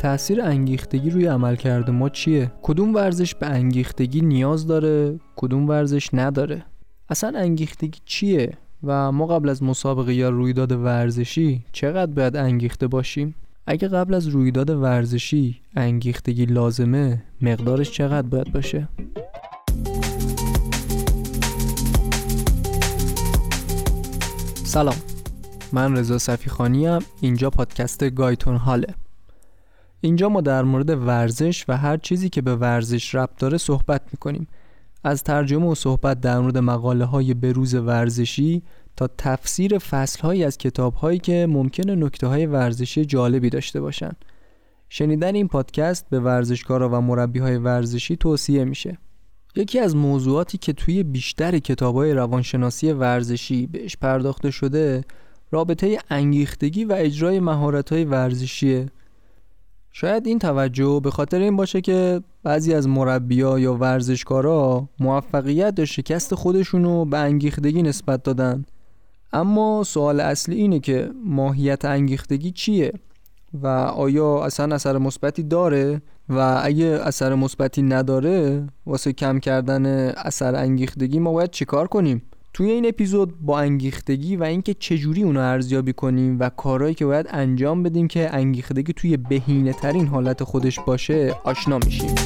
تأثیر انگیختگی روی عملکرد ما چیه؟ کدوم ورزش به انگیختگی نیاز داره؟ کدوم ورزش نداره؟ اصلا انگیختگی چیه؟ و ما قبل از مسابقه یا رویداد ورزشی چقدر باید انگیخته باشیم؟ اگه قبل از رویداد ورزشی انگیختگی لازمه، مقدارش چقدر باید باشه؟ سلام، من رضا صفیخانی ام. اینجا پادکست گایتون هاله. اینجا ما در مورد ورزش و هر چیزی که به ورزش ربط داره صحبت میکنیم، از ترجمه و صحبت در مورد مقاله های بروز ورزشی تا تفسیر فصل هایی از کتاب هایی که ممکنه نکته های ورزشی جالبی داشته باشن. شنیدن این پادکست به ورزشکارا و مربی های ورزشی توصیه میشه. یکی از موضوعاتی که توی بیشتر کتاب‌های روانشناسی ورزشی بهش پرداخته شده، رابطه انگیختگی و اجرای مهارت‌های ورزشیه. شاید این توجه به خاطر این باشه که بعضی از مربی‌ها یا ورزشکارا موفقیت یا شکست خودشونو به انگیختگی نسبت دادن. اما سوال اصلی اینه که ماهیت انگیختگی چیه و آیا اصلا اثر مثبتی داره؟ و اگه اثر مثبتی نداره، واسه کم کردن اثر انگیختگی ما باید چیکار کنیم؟ توی این اپیزود با انگیختگی و اینکه چجوری اونو ارزیابی کنیم و کارهایی که باید انجام بدیم که انگیختگی توی بهینه ترین حالت خودش باشه آشنا میشیم.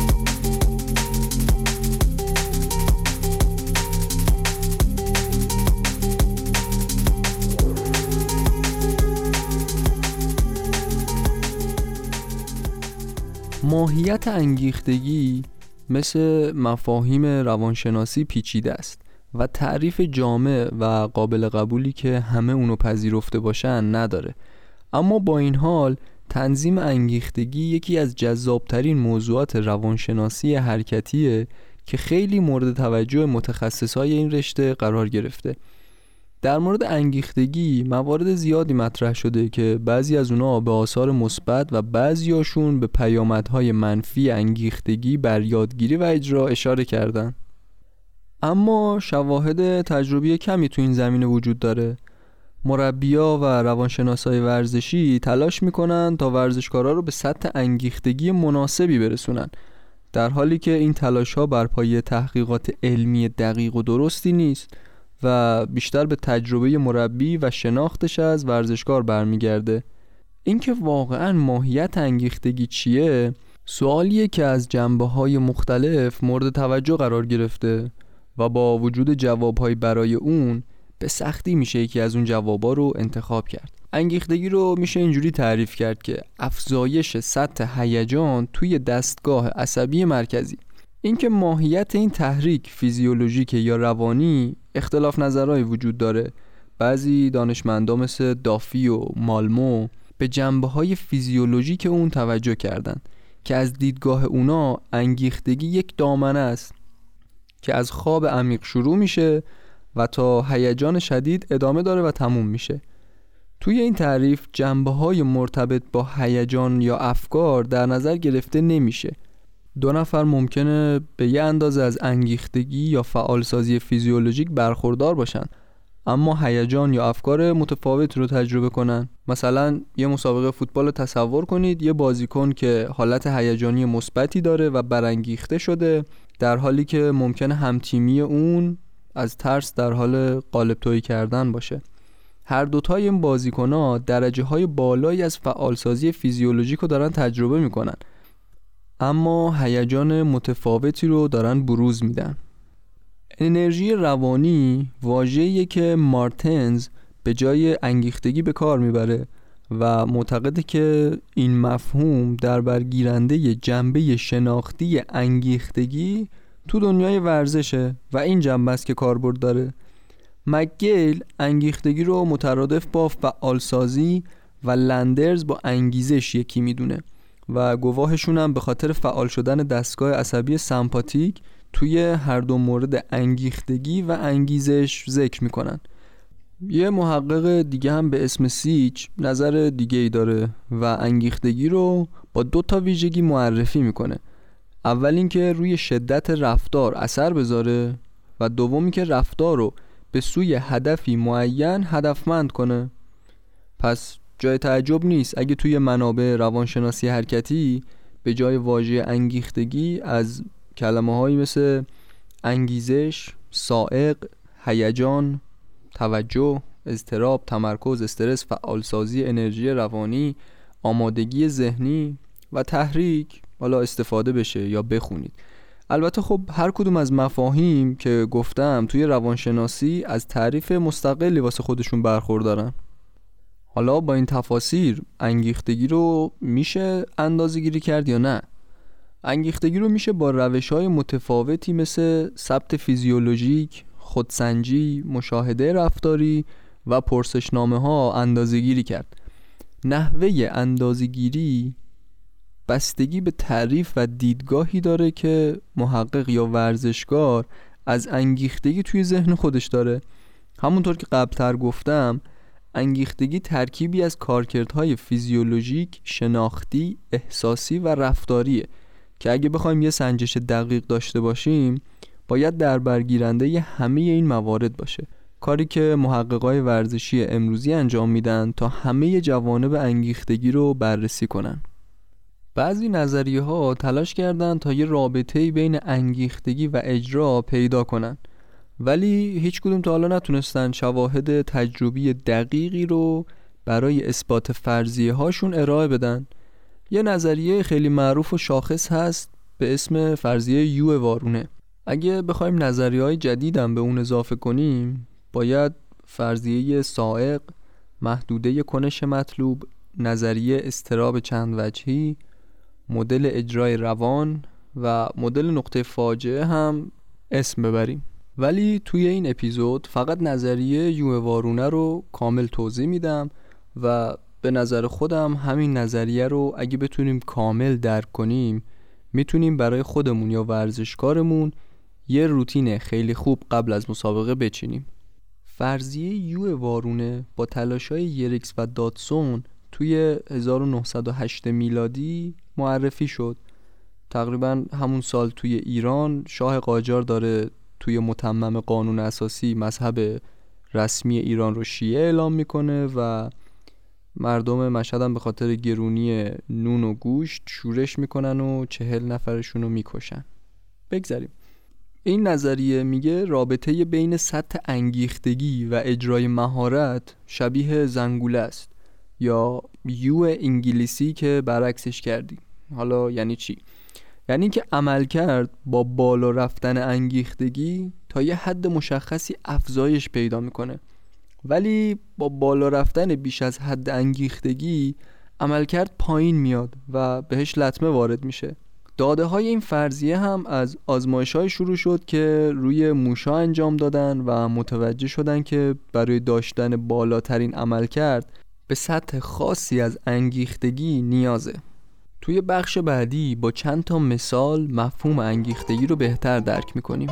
ماهیت انگیختگی مثل مفاهیم روانشناسی پیچیده است و تعریف جامع و قابل قبولی که همه اونو پذیرفته باشن نداره. اما با این حال تنظیم انگیختگی یکی از جذابترین موضوعات روانشناسی حرکتیه که خیلی مورد توجه متخصصای این رشته قرار گرفته. در مورد انگیختگی موارد زیادی مطرح شده که بعضی از اونا به آثار مثبت و بعضیاشون به پیامدهای منفی انگیختگی بر یادگیری و اجرا اشاره کردن. اما شواهد تجربی کمی تو این زمینه وجود داره. مربی‌ها و روانشناسای ورزشی تلاش میکنن تا ورزشکارا رو به سطح انگیختگی مناسبی برسونن، در حالی که این تلاش‌ها بر پایه تحقیقات علمی دقیق و درستی نیست و بیشتر به تجربه مربی و شناختش از ورزشکار برمیگرده. اینکه واقعاً ماهیت انگیختگی چیه، سوالیه که از جنبه‌های مختلف مورد توجه قرار گرفته و با وجود جواب‌های برای اون به سختی میشه یکی از اون جوابا رو انتخاب کرد. انگیختگی رو میشه اینجوری تعریف کرد که افزایش سطح هیجان توی دستگاه عصبی مرکزی. اینکه ماهیت این تحریک فیزیولوژیک یا روانی اختلاف نظرهای وجود داره. بعضی دانشمندا مثل دافی و مالمو به جنبه‌های فیزیولوژیک اون توجه کردن که از دیدگاه اونا انگیختگی یک دامنه است که از خواب عمیق شروع میشه و تا هیجان شدید ادامه داره و تموم میشه. توی این تعریف جنبه‌های مرتبط با هیجان یا افکار در نظر گرفته نمیشه. دو نفر ممکنه به یه اندازه از انگیختگی یا فعالسازی فیزیولوژیک برخوردار باشن، اما هیجان یا افکار متفاوت رو تجربه کنن. مثلا یه مسابقه فوتبال رو تصور کنید، یه بازیکن که حالت هیجانی مثبتی داره و برانگیخته شده، در حالی که ممکنه همتیمی اون از ترس در حال قالب تویی کردن باشه. هر دوتای این بازیکن‌ها درجه‌های بالایی از فعالسازی فیزیولوژیک رو دارن تجربه میکنن، اما هیجان متفاوتی رو دارن بروز میدن. انرژی روانی واژه‌ایه که مارتنز به جای انگیختگی به کار میبره و معتقده که این مفهوم در برگیرنده جنبه شناختی انگیختگی تو دنیای ورزشه و این جنبه است که کاربرد داره. مکگیل انگیختگی رو مترادف با فعالسازی و لندرز با انگیزش یکی میدونه و گواهشون هم به خاطر فعال شدن دستگاه عصبی سمپاتیک توی هر دو مورد انگیختگی و انگیزش ذکر میکنن. یه محقق دیگه هم به اسم سیچ نظر دیگه ای داره و انگیختگی رو با 2 تا ویژگی معرفی میکنه. اول اینکه روی شدت رفتار اثر بذاره و دومی که رفتار رو به سوی هدفی معین هدفمند کنه. پس جای تعجب نیست اگه توی منابع روانشناسی حرکتی به جای واژه انگیختگی از کلمه‌هایی مثل انگیزش، سائق، هیجان، توجه، اضطراب، تمرکز، استرس، فعالسازی انرژی روانی، آمادگی ذهنی و تحریک حالا استفاده بشه یا بخونید. البته خب هر کدوم از مفاهیم که گفتم توی روانشناسی از تعریف مستقلی واسه خودشون برخوردارن. حالا با این تفاسیر انگیختگی رو میشه اندازه‌گیری کرد یا نه؟ انگیختگی رو میشه با روش‌های متفاوتی مثل ثبت فیزیولوژیک، خودسنجی، مشاهده رفتاری و پرسشنامه‌ها اندازه‌گیری کرد. نحوه اندازه‌گیری بستگی به تعریف و دیدگاهی داره که محقق یا ورزشکار از انگیختگی توی ذهن خودش داره. همونطور که قبلتر گفتم، انگیختگی ترکیبی از کارکردهای فیزیولوژیک، شناختی، احساسی و رفتاریه که اگه بخوایم یه سنجش دقیق داشته باشیم باید در برگیرنده همه این موارد باشه، کاری که محققای ورزشی امروزی انجام میدن تا همه جوانب انگیختگی رو بررسی کنن. بعضی نظریه ها تلاش کردن تا یه رابطه‌ای بین انگیختگی و اجرا پیدا کنن، ولی هیچ کدوم تا حالا نتونستن شواهد تجربی دقیقی رو برای اثبات فرضیه هاشون ارائه بدن. یه نظریه خیلی معروف و شاخص هست به اسم فرضیه یو وارونه. اگه بخوایم نظریه‌های جدیدم به اون اضافه کنیم باید فرضیه سائق، محدوده کنش مطلوب، نظریه اضطراب چند وجهی، مدل اجرای روان و مدل نقطه فاجعه هم اسم ببریم. ولی توی این اپیزود فقط نظریه یو وارونه رو کامل توضیح میدم و به نظر خودم همین نظریه رو اگه بتونیم کامل درک کنیم میتونیم برای خودمون یا ورزشکارمون یه روتین خیلی خوب قبل از مسابقه بچینیم. فرضیه یو وارونه با تلاش‌های یریکس و داتسون توی 1908 میلادی معرفی شد. تقریبا همون سال توی ایران شاه قاجار داره توی متمم قانون اساسی مذهب رسمی ایران رو شیعه اعلام میکنه و مردم مشهد هم به خاطر گرونی نون و گوشت شورش میکنن و 40 نفرشون رو میکشن. بگذاریم. این نظریه میگه رابطه بین سطح انگیختگی و اجرای مهارت شبیه زنگوله است یا یو انگلیسی که برعکسش کردی. حالا یعنی چی؟ یعنی که عملکرد با بالا رفتن انگیختگی تا یه حد مشخصی افزایش پیدا میکنه، ولی با بالا رفتن بیش از حد انگیختگی عملکرد پایین میاد و بهش لطمه وارد میشه. داده های این فرضیه هم از آزمایش های شروع شد که روی موشا انجام دادن و متوجه شدن که برای داشتن بالاترین عملکرد به سطح خاصی از انگیختگی نیازه. توی بخش بعدی با چند تا مثال مفهوم انگیختگی رو بهتر درک میکنیم.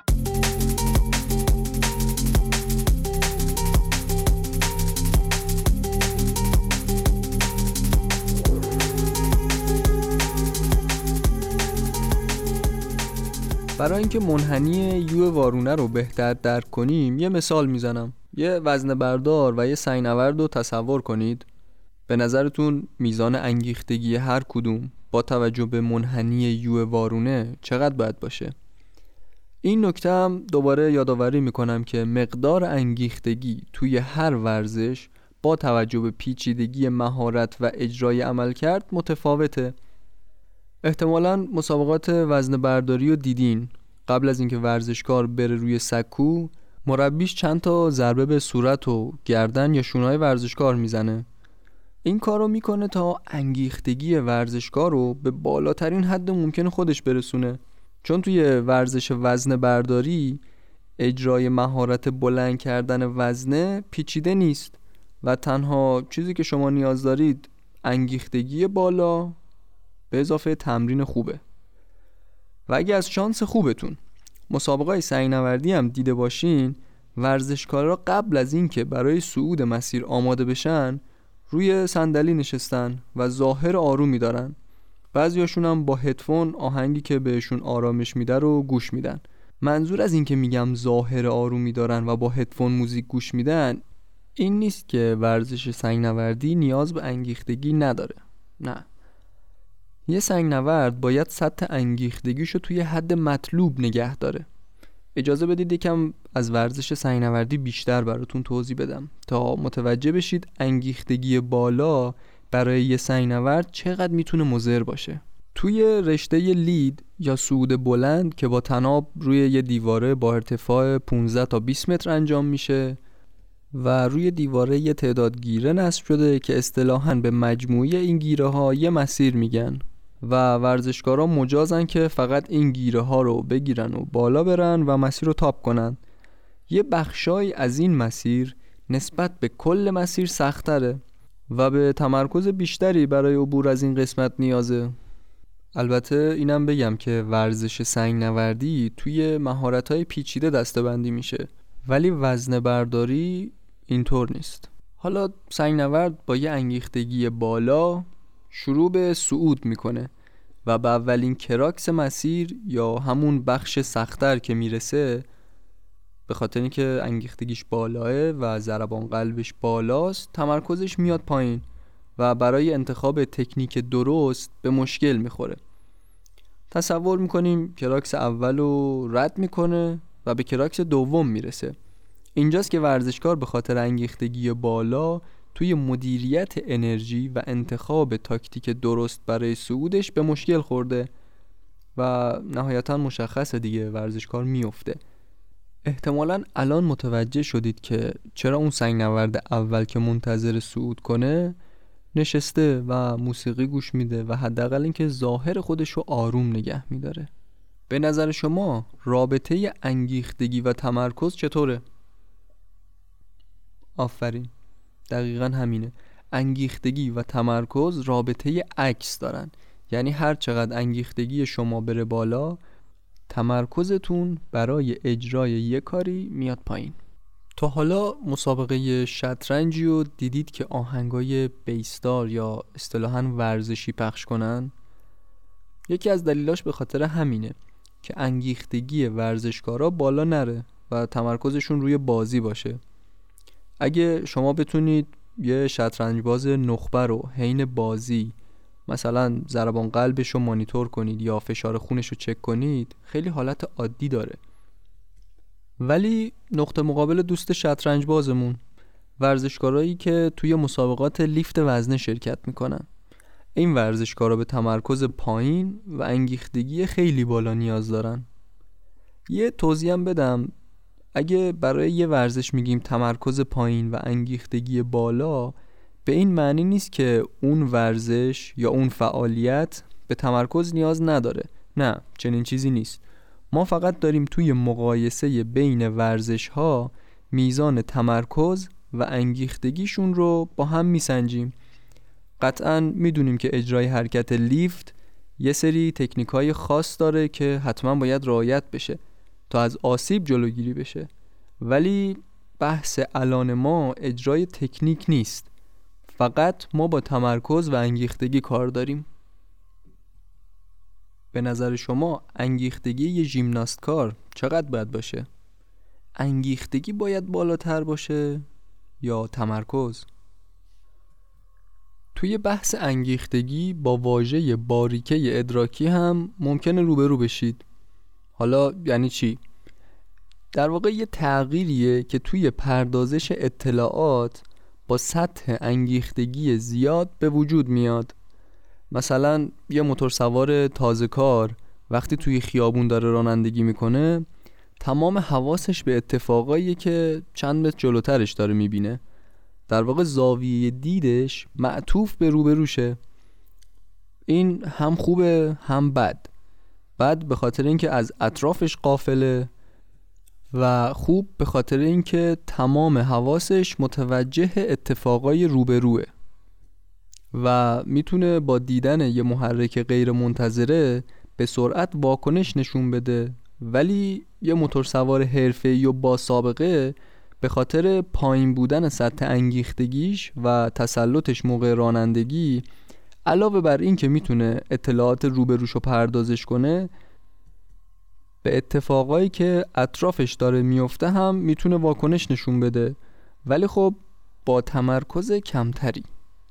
برای اینکه منحنی یو وارونه رو بهتر درک کنیم یه مثال میزنم. یه وزنه بردار و یه سنگ‌نورد رو تصور کنید. به نظرتون میزان انگیختگی هر کدوم با توجه به منحنی یو وارونه چقدر باید باشه؟ این نکته هم دوباره یادآوری میکنم که مقدار انگیختگی توی هر ورزش با توجه به پیچیدگی مهارت و اجرای عملکرد متفاوته. احتمالاً مسابقات وزنه برداری رو دیدین. قبل از اینکه ورزشکار بره روی سکو مربیش چند تا ضربه به صورت و گردن یا شونه‌های ورزشکار میزنه. این کارو میکنه تا انگیختگی ورزشکار رو به بالاترین حد ممکن خودش برسونه، چون توی ورزش وزنه برداری اجرای مهارت بلند کردن وزنه پیچیده نیست و تنها چیزی که شما نیاز دارید انگیختگی بالا به اضافه تمرین خوبه. و اگه از شانس خوبتون مسابقات سنگ‌نوردی هم دیده باشین، ورزشکارا قبل از اینکه برای صعود مسیر آماده بشن روی صندلی نشستن و ظاهر آرومی دارن. بعضیاشون هم با هدفون آهنگی که بهشون آرامش میده رو گوش میدن. منظور از این که میگم ظاهر آرومی دارن و با هدفون موزیک گوش میدن این نیست که ورزش سنگ‌نوردی نیاز به انگیختگی نداره. نه، یه سنگ‌نورد باید سطح انگیختگیشو توی حد مطلوب نگه داره. اجازه بدید یکم از ورزش سنگ‌نوردی بیشتر براتون توضیح بدم تا متوجه بشید انگیختگی بالا برای یه سنگ‌نورد چقدر میتونه مضر باشه. توی رشته لید یا صعود بلند که با طناب روی یه دیواره با ارتفاع 15 تا 20 متر انجام میشه و روی دیواره یه تعداد گیره نصب شده که اصطلاحاً به مجموعه این گیره ها یه مسیر میگن و ورزشکارا مجازن که فقط این گیره ها رو بگیرن و بالا برن و مسیر رو تاپ کنن. یه بخشای از این مسیر نسبت به کل مسیر سخت‌تره و به تمرکز بیشتری برای عبور از این قسمت نیازه. البته اینم بگم که ورزش سنگ‌نوردی توی مهارت‌های پیچیده دسته‌بندی میشه، ولی وزنه برداری اینطور نیست. حالا سنگ‌نورد با یه انگیختگی بالا شروع به صعود میکنه و به اولین کراکس مسیر یا همون بخش سخت‌تر که میرسه، به خاطر اینکه انگیختگیش بالاه و ضربان قلبش بالاست، تمرکزش میاد پایین و برای انتخاب تکنیک درست به مشکل میخوره. تصور میکنیم کراکس اولو رد میکنه و به کراکس دوم میرسه. اینجاست که ورزشکار به خاطر انگیختگی بالا توی مدیریت انرژی و انتخاب تاکتیک درست برای صعودش به مشکل خورده و نهایتاً مشخصه دیگه ورزشکار میفته. احتمالاً الان متوجه شدید که چرا اون سنگ‌نورد اول که منتظر صعود کنه نشسته و موسیقی گوش میده و حداقل اینکه ظاهر خودش رو آروم نگه میداره. به نظر شما رابطه انگیختگی و تمرکز چطوره؟ آفرین، دقیقاً همینه. انگیختگی و تمرکز رابطه عکس دارن. یعنی هر چقدر انگیختگی شما بره بالا، تمرکزتون برای اجرای یک کاری میاد پایین. تا حالا مسابقه شطرنجی رو دیدید که آهنگای بیستار یا اصطلاحاً ورزشی پخش کنن؟ یکی از دلیلاش به خاطر همینه که انگیختگی ورزشکارا بالا نره و تمرکزشون روی بازی باشه. اگه شما بتونید یه شطرنج باز نخبه رو حین بازی مثلا ضربان قلبش رو مانیتور کنید یا فشار خونش رو چک کنید، خیلی حالت عادی داره. ولی نقطه مقابل دوست شطرنج بازمون، ورزشکارایی که توی مسابقات لیفت وزنه شرکت میکنن، این ورزشکارا به تمرکز پایین و انگیختگی خیلی بالا نیاز دارن. یه توضیح هم بدم، اگه برای یه ورزش میگیم تمرکز پایین و انگیختگی بالا، به این معنی نیست که اون ورزش یا اون فعالیت به تمرکز نیاز نداره. نه، چنین چیزی نیست. ما فقط داریم توی مقایسه بین ورزش ها میزان تمرکز و انگیختگیشون رو با هم میسنجیم. قطعاً میدونیم که اجرای حرکت لیفت یه سری تکنیک‌های خاص داره که حتما باید رعایت بشه تا از آسیب جلوگیری بشه، ولی بحث الان ما اجرای تکنیک نیست، فقط ما با تمرکز و انگیختگی کار داریم. به نظر شما انگیختگی یه ژیمناستکار چقدر باید باشه؟ انگیختگی باید بالاتر باشه یا تمرکز؟ توی بحث انگیختگی با واژه باریکه ادراکی هم ممکنه روبرو بشید. حالا یعنی چی؟ در واقع یه تغییریه که توی پردازش اطلاعات با سطح انگیختگی زیاد به وجود میاد. مثلا یه موتورسوار تازه کار وقتی توی خیابون داره رانندگی میکنه، تمام حواسش به اتفاقایی که چند متر جلوترش داره میبینه. در واقع زاویه دیدش معطوف به روبروشه. این هم خوبه هم بد. بد به خاطر اینکه از اطرافش غافله و خوب به خاطر اینکه تمام حواسش متوجه اتفاقای روبروه و میتونه با دیدن یه محرک غیر منتظره به سرعت واکنش نشون بده. ولی یه موتورسوار حرفه‌ای و با سابقه به خاطر پایین بودن سطح انگیختگیش و تسلطش موقع رانندگی، علاوه بر این که میتونه اطلاعات روبروشو پردازش کنه، به اتفاقایی که اطرافش داره میفته هم میتونه واکنش نشون بده. ولی خب با تمرکز کمتری.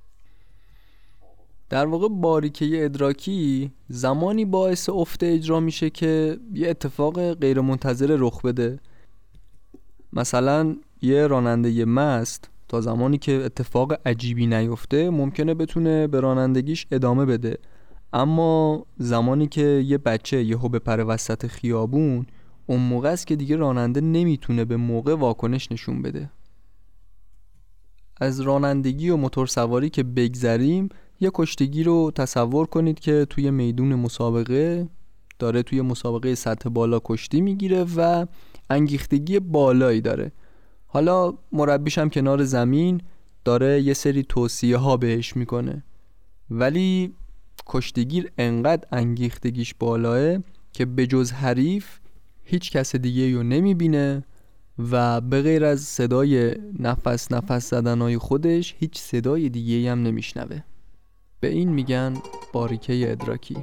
در واقع باریکه ادراکی زمانی باعث افت اجرا میشه که یه اتفاق غیر منتظره رخ بده. مثلا یه راننده مست تا زمانی که اتفاق عجیبی نیفته ممکنه بتونه به رانندگیش ادامه بده، اما زمانی که یه بچه یهو بپره وسط خیابون، اون موقع است که دیگه راننده نمیتونه به موقع واکنش نشون بده. از رانندگی و موتور سواری که بگذریم، یه کشتیگیر رو تصور کنید که توی میدون مسابقه داره توی مسابقه سطح بالا کشتی میگیره و انگیختگی بالایی داره. حالا مربیش هم کنار زمین داره یه سری توصیه ها بهش میکنه، ولی کشتیگیر انقدر انگیختگیش بالاه که به جز حریف هیچ کس دیگه رو نمیبینه و به غیر از صدای نفس زدنهای خودش هیچ صدای دیگه هم نمیشنوه. به این میگن باریکه ادراکی.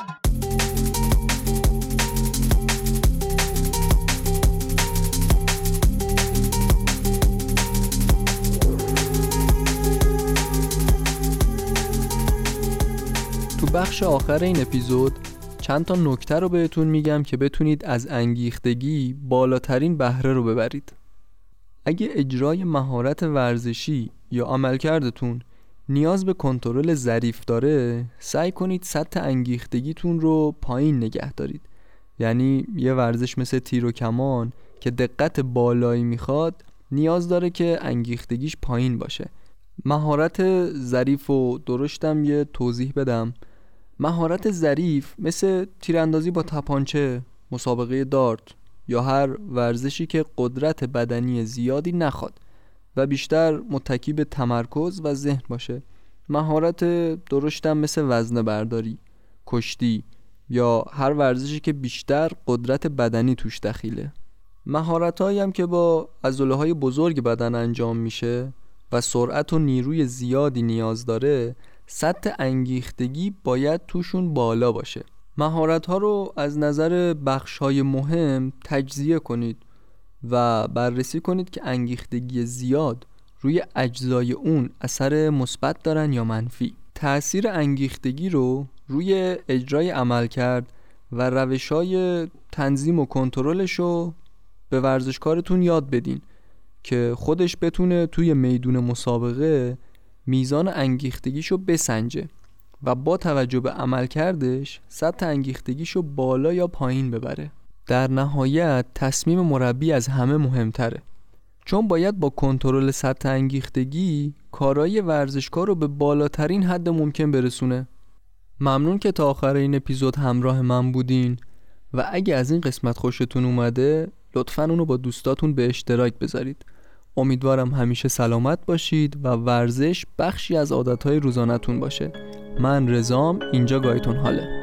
تو بخش آخر این اپیزود چند تا نکته رو بهتون میگم که بتونید از انگیختگی بالاترین بهره رو ببرید. اگه اجرای مهارت ورزشی یا عملکردتون نیاز به کنترل ظریف داره، سعی کنید سطح انگیختگیتون رو پایین نگه دارید. یعنی یه ورزش مثل تیر و کمان که دقت بالایی میخواد نیاز داره که انگیختگیش پایین باشه. مهارت ظریف و درشتم یه توضیح بدم. مهارت ظریف مثل تیراندازی با تپانچه، مسابقه دارت یا هر ورزشی که قدرت بدنی زیادی نخواد و بیشتر متکی به تمرکز و ذهن باشه. مهارت درشتم مثل وزنه برداری، کشتی یا هر ورزشی که بیشتر قدرت بدنی توش دخیله. مهارت‌هایی هم که با عضله‌های بزرگ بدن انجام میشه و سرعت و نیروی زیادی نیاز داره، سطح انگیختگی باید توشون بالا باشه. مهارت‌ها رو از نظر بخش‌های مهم تجزیه کنید و بررسی کنید که انگیختگی زیاد روی اجزای اون اثر مثبت دارن یا منفی. تأثیر انگیختگی رو روی اجرای عمل کرد و روش‌های تنظیم و کنترلش رو به ورزشکارتون یاد بدین که خودش بتونه توی میدون مسابقه میزان انگیختگیشو بسنجه و با توجه به عملکردش سطح انگیختگیشو بالا یا پایین ببره. در نهایت تصمیم مربی از همه مهمتره، چون باید با کنترل سطح انگیختگی کارای ورزشکار رو به بالاترین حد ممکن برسونه. ممنون که تا آخر این اپیزود همراه من بودین و اگه از این قسمت خوشتون اومده لطفاً اونو با دوستاتون به اشتراک بذارید. امیدوارم همیشه سلامت باشید و ورزش بخشی از عادتهای روزانه‌تون باشه. من رضام، اینجا گایتون حاله.